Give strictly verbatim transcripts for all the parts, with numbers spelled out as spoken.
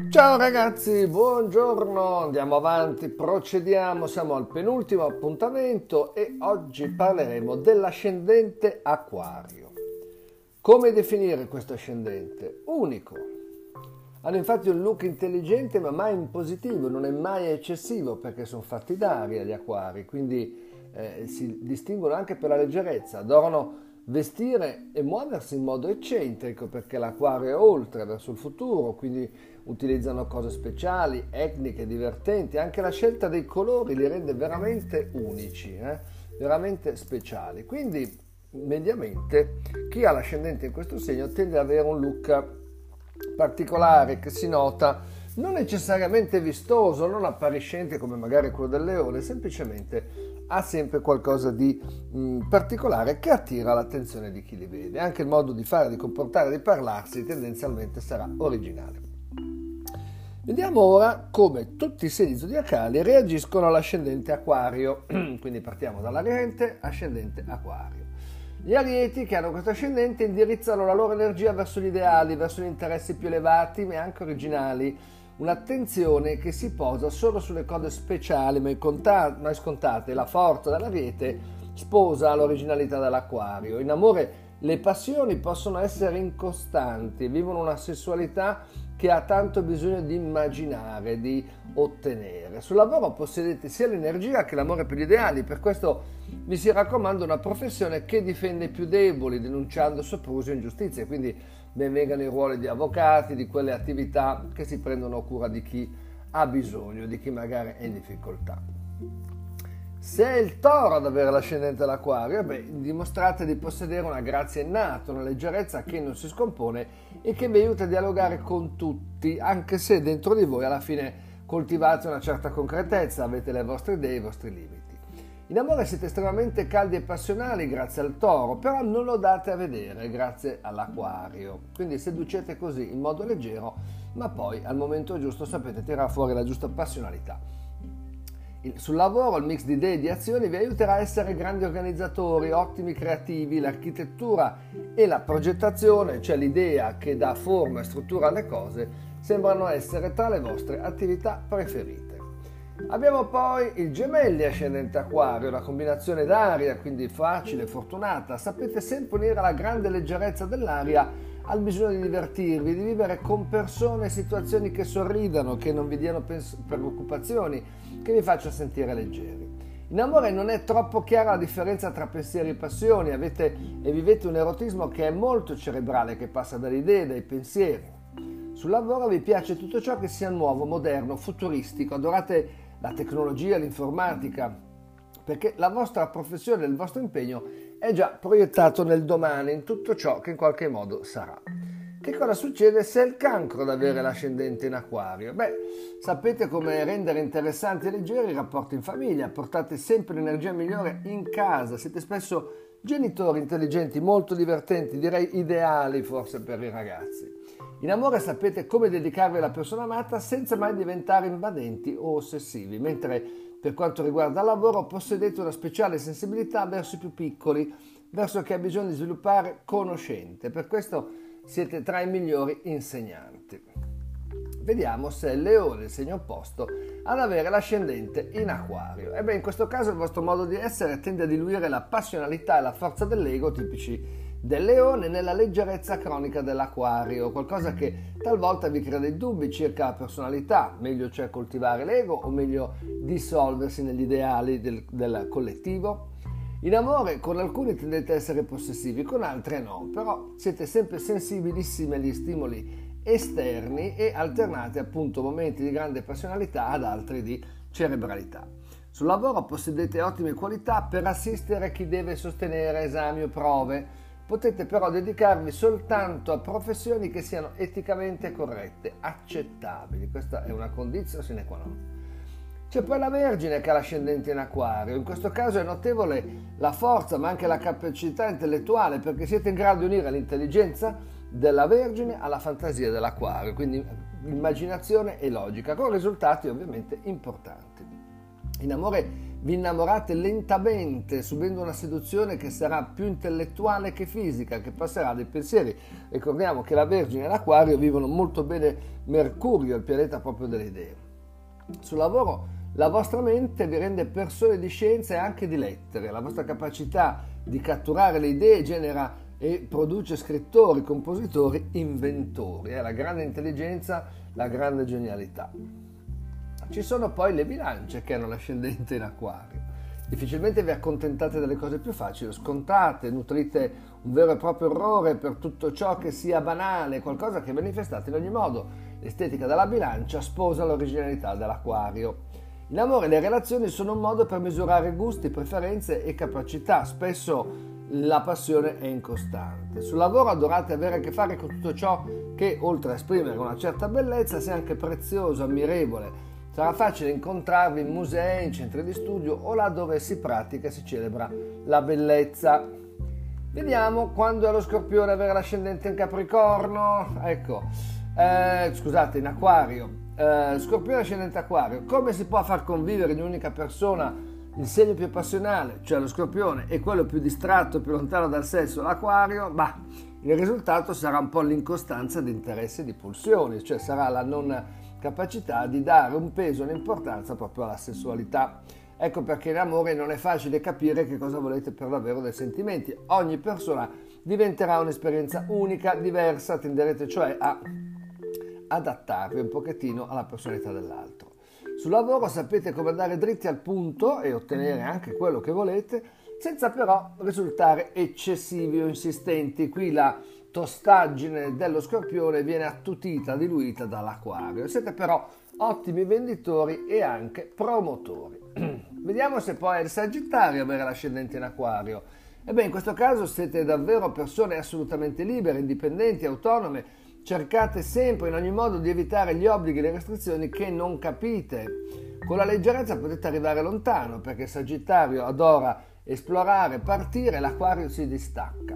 Ciao ragazzi, buongiorno, andiamo avanti, procediamo, siamo al penultimo appuntamento e oggi parleremo dell'ascendente Acquario. Come definire questo ascendente? Unico. Hanno infatti un look intelligente ma mai impositivo, non è mai eccessivo perché sono fatti d'aria gli acquari, quindi eh, si distinguono anche per la leggerezza, adorano vestire e muoversi in modo eccentrico perché l'acquario è oltre, verso il futuro, quindi utilizzano cose speciali, etniche, divertenti, anche la scelta dei colori li rende veramente unici, eh? veramente speciali. Quindi mediamente chi ha l'ascendente in questo segno tende ad avere un look particolare che si nota, non necessariamente vistoso, non appariscente come magari quello del leone, semplicemente ha sempre qualcosa di mh, particolare che attira l'attenzione di chi li vede. Anche il modo di fare, di comportare, di parlarsi tendenzialmente sarà originale. Vediamo ora come tutti i segni zodiacali reagiscono all'ascendente Acquario. Quindi partiamo dall'Ariete, ascendente Acquario. Gli Arieti che hanno questo ascendente indirizzano la loro energia verso gli ideali, verso gli interessi più elevati ma anche originali, un'attenzione che si posa solo sulle cose speciali mai scontate. La forza dell'Ariete sposa l'originalità dell'Acquario. In amore le passioni possono essere incostanti, vivono una sessualità che ha tanto bisogno di immaginare, di ottenere. Sul lavoro possedete sia l'energia che l'amore per gli ideali, per questo vi si raccomanda una professione che difende i più deboli, denunciando soprusi e ingiustizie, quindi ben vengano i ruoli di avvocati, di quelle attività che si prendono cura di chi ha bisogno, di chi magari è in difficoltà. Se è il Toro ad avere l'ascendente all'Acquario, beh, dimostrate di possedere una grazia innata, una leggerezza che non si scompone e che vi aiuta a dialogare con tutti, anche se dentro di voi alla fine coltivate una certa concretezza, avete le vostre idee, i vostri limiti. In amore siete estremamente caldi e passionali grazie al Toro, però non lo date a vedere grazie all'Acquario. Quindi seducete così in modo leggero, ma poi al momento giusto sapete tirare fuori la giusta passionalità. Sul lavoro il mix di idee e di azioni vi aiuterà a essere grandi organizzatori, ottimi creativi. L'architettura e la progettazione, cioè l'idea che dà forma e struttura alle cose, sembrano essere tra le vostre attività preferite. Abbiamo poi il Gemelli ascendente Acquario, una combinazione d'aria, quindi facile, fortunata. Sapete sempre unire la grande leggerezza dell'aria al bisogno di divertirvi, di vivere con persone e situazioni che sorridano, che non vi diano pens- preoccupazioni, che vi faccia sentire leggeri. In amore non è troppo chiara la differenza tra pensieri e passioni, avete e vivete un erotismo che è molto cerebrale, che passa dalle idee, dai pensieri. Sul lavoro vi piace tutto ciò che sia nuovo, moderno, futuristico, adorate la tecnologia, l'informatica, perché la vostra professione, il vostro impegno è già proiettato nel domani, in tutto ciò che in qualche modo sarà. Che cosa succede se è il Cancro ad avere l'ascendente in Acquario? Beh, sapete come rendere interessanti e leggeri i rapporti in famiglia, portate sempre l'energia migliore in casa, siete spesso genitori intelligenti, molto divertenti, direi ideali forse per i ragazzi. In amore sapete come dedicarvi alla persona amata senza mai diventare invadenti o ossessivi, mentre per quanto riguarda il lavoro possedete una speciale sensibilità verso i più piccoli, verso chi ha bisogno di sviluppare conoscenze, per questo siete tra i migliori insegnanti. Vediamo se è il Leone, il segno opposto, ad avere l'ascendente in Acquario. Ebbene, in questo caso il vostro modo di essere tende a diluire la passionalità e la forza dell'ego tipici del Leone nella leggerezza cronica dell'Acquario, qualcosa che talvolta vi crea dei dubbi circa la personalità, meglio cioè coltivare l'ego o meglio dissolversi negli ideali del, del collettivo. In amore con alcuni tendete a essere possessivi, con altri no, però siete sempre sensibilissimi agli stimoli esterni e alternate appunto momenti di grande passionalità ad altri di cerebralità. Sul lavoro possedete ottime qualità per assistere a chi deve sostenere esami o prove. Potete però dedicarvi soltanto a professioni che siano eticamente corrette, accettabili. Questa è una condizione sine qua non. C'è poi la Vergine che ha l'ascendente in Acquario. In questo caso è notevole la forza ma anche la capacità intellettuale, perché siete in grado di unire l'intelligenza della Vergine alla fantasia dell'Acquario, quindi immaginazione e logica, con risultati ovviamente importanti. In amore vi innamorate lentamente, subendo una seduzione che sarà più intellettuale che fisica, che passerà dai pensieri. Ricordiamo che la Vergine e l'Acquario vivono molto bene Mercurio, il pianeta proprio delle idee. Sul lavoro, la vostra mente vi rende persone di scienza e anche di lettere. La vostra capacità di catturare le idee genera e produce scrittori, compositori, inventori. È la grande intelligenza, la grande genialità. Ci sono poi le bilance che hanno l'ascendente in Acquario. Difficilmente vi accontentate delle cose più facili, scontate, nutrite un vero e proprio orrore per tutto ciò che sia banale, qualcosa che manifestate in ogni modo. L'estetica della bilancia sposa l'originalità dell'Acquario. In amore le relazioni sono un modo per misurare gusti, preferenze e capacità. Spesso la passione è incostante. Sul lavoro adorate avere a che fare con tutto ciò che, oltre a esprimere una certa bellezza, sia anche prezioso, ammirevole. Sarà facile incontrarvi in musei, in centri di studio o là dove si pratica e si celebra la bellezza. Vediamo quando è lo Scorpione avere l'ascendente in Capricorno. Ecco, eh, scusate, in Acquario. Eh, Scorpione ascendente Acquario. Come si può far convivere in un'unica persona il segno più passionale, cioè lo Scorpione, e quello più distratto, più lontano dal sesso, l'Acquario? Bah, il risultato sarà un po' l'incostanza di interessi e di pulsioni, cioè sarà la non capacità di dare un peso e un'importanza proprio alla sessualità. Ecco perché in amore non è facile capire che cosa volete per davvero dai sentimenti. Ogni persona diventerà un'esperienza unica, diversa, tenderete cioè a adattarvi un pochettino alla personalità dell'altro. Sul lavoro sapete come andare dritti al punto e ottenere anche quello che volete, senza però risultare eccessivi o insistenti. Qui la tostaggine dello Scorpione viene attutita, diluita dall'Acquario. Siete però ottimi venditori e anche promotori. Vediamo se poi è il Sagittario avere l'ascendente in Acquario. Ebbene, in questo caso siete davvero persone assolutamente libere, indipendenti, autonome. Cercate sempre in ogni modo di evitare gli obblighi e le restrizioni che non capite. Con la leggerezza potete arrivare lontano, perché il Sagittario adora esplorare, partire, l'Acquario si distacca.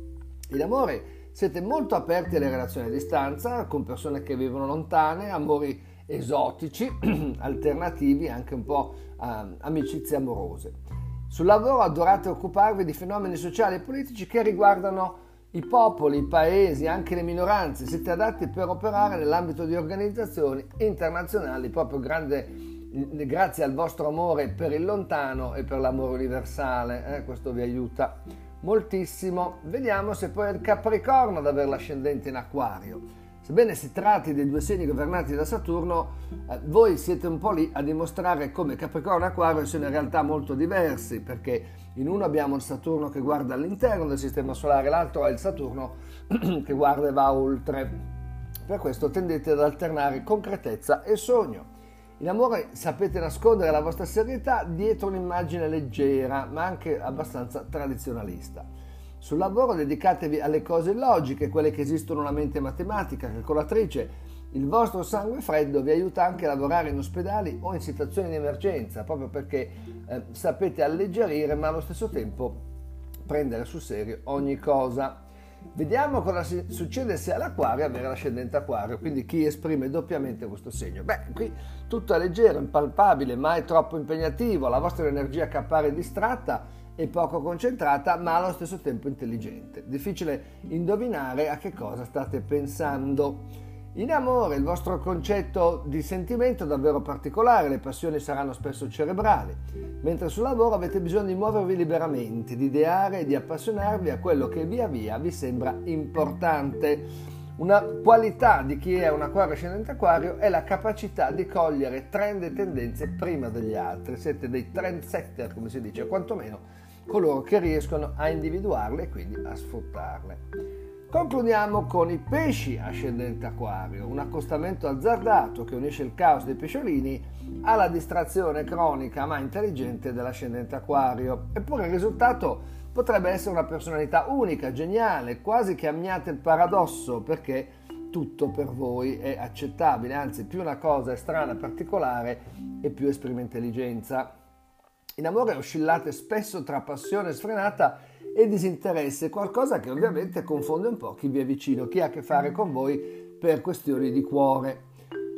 In amore siete molto aperti alle relazioni a distanza, con persone che vivono lontane, amori esotici, alternativi, anche un po' eh, amicizie amorose. Sul lavoro adorate occuparvi di fenomeni sociali e politici che riguardano i popoli, i paesi, anche le minoranze. Siete adatti per operare nell'ambito di organizzazioni internazionali, proprio grande, grazie al vostro amore per il lontano e per l'amore universale. Eh? Questo vi aiuta moltissimo. Vediamo se poi è il Capricorno ad avere l'ascendente in Acquario. Sebbene si tratti dei due segni governati da Saturno, eh, voi siete un po' lì a dimostrare come Capricorno e Acquario siano in realtà molto diversi, perché in uno abbiamo il Saturno che guarda all'interno del sistema solare, l'altro è il Saturno che guarda e va oltre. Per questo tendete ad alternare concretezza e sogno. In amore sapete nascondere la vostra serietà dietro un'immagine leggera, ma anche abbastanza tradizionalista. Sul lavoro dedicatevi alle cose logiche, quelle che esistono nella mente matematica, calcolatrice. Il vostro sangue freddo vi aiuta anche a lavorare in ospedali o in situazioni di emergenza, proprio perché eh, sapete alleggerire ma allo stesso tempo prendere sul serio ogni cosa. Vediamo cosa si, succede se all'Acquario avere l'ascendente Acquario, quindi chi esprime doppiamente questo segno. Beh, qui tutto è leggero, impalpabile, mai troppo impegnativo, la vostra energia che appare distratta e poco concentrata, ma allo stesso tempo intelligente. Difficile indovinare a che cosa state pensando. In amore il vostro concetto di sentimento è davvero particolare, le passioni saranno spesso cerebrali, mentre sul lavoro avete bisogno di muovervi liberamente, di ideare e di appassionarvi a quello che via via vi sembra importante. Una qualità di chi è un Acquario ascendente Acquario è la capacità di cogliere trend e tendenze prima degli altri. Siete dei trendsetter, come si dice, quantomeno coloro che riescono a individuarle e quindi a sfruttarle. Concludiamo con i pesci ascendente Acquario, un accostamento azzardato che unisce il caos dei pesciolini alla distrazione cronica ma intelligente dell'ascendente Acquario. Eppure il risultato potrebbe essere una personalità unica, geniale, quasi che ammiate il paradosso, perché tutto per voi è accettabile, anzi più una cosa è strana, particolare e più esprime intelligenza. In amore oscillate spesso tra passione sfrenata e disinteresse, qualcosa che ovviamente confonde un po' chi vi è vicino, chi ha a che fare con voi per questioni di cuore.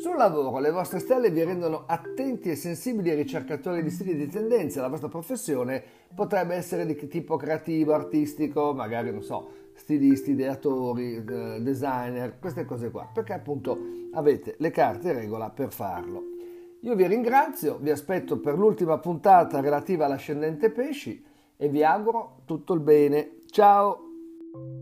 Sul lavoro le vostre stelle vi rendono attenti e sensibili ai ricercatori di stili e di tendenze. La vostra professione potrebbe essere di tipo creativo, artistico, magari non so, stilisti, ideatori, eh, designer, queste cose qua, perché appunto avete le carte in regola per farlo. Io vi ringrazio, vi aspetto per l'ultima puntata relativa all'ascendente pesci e vi auguro tutto il bene. Ciao!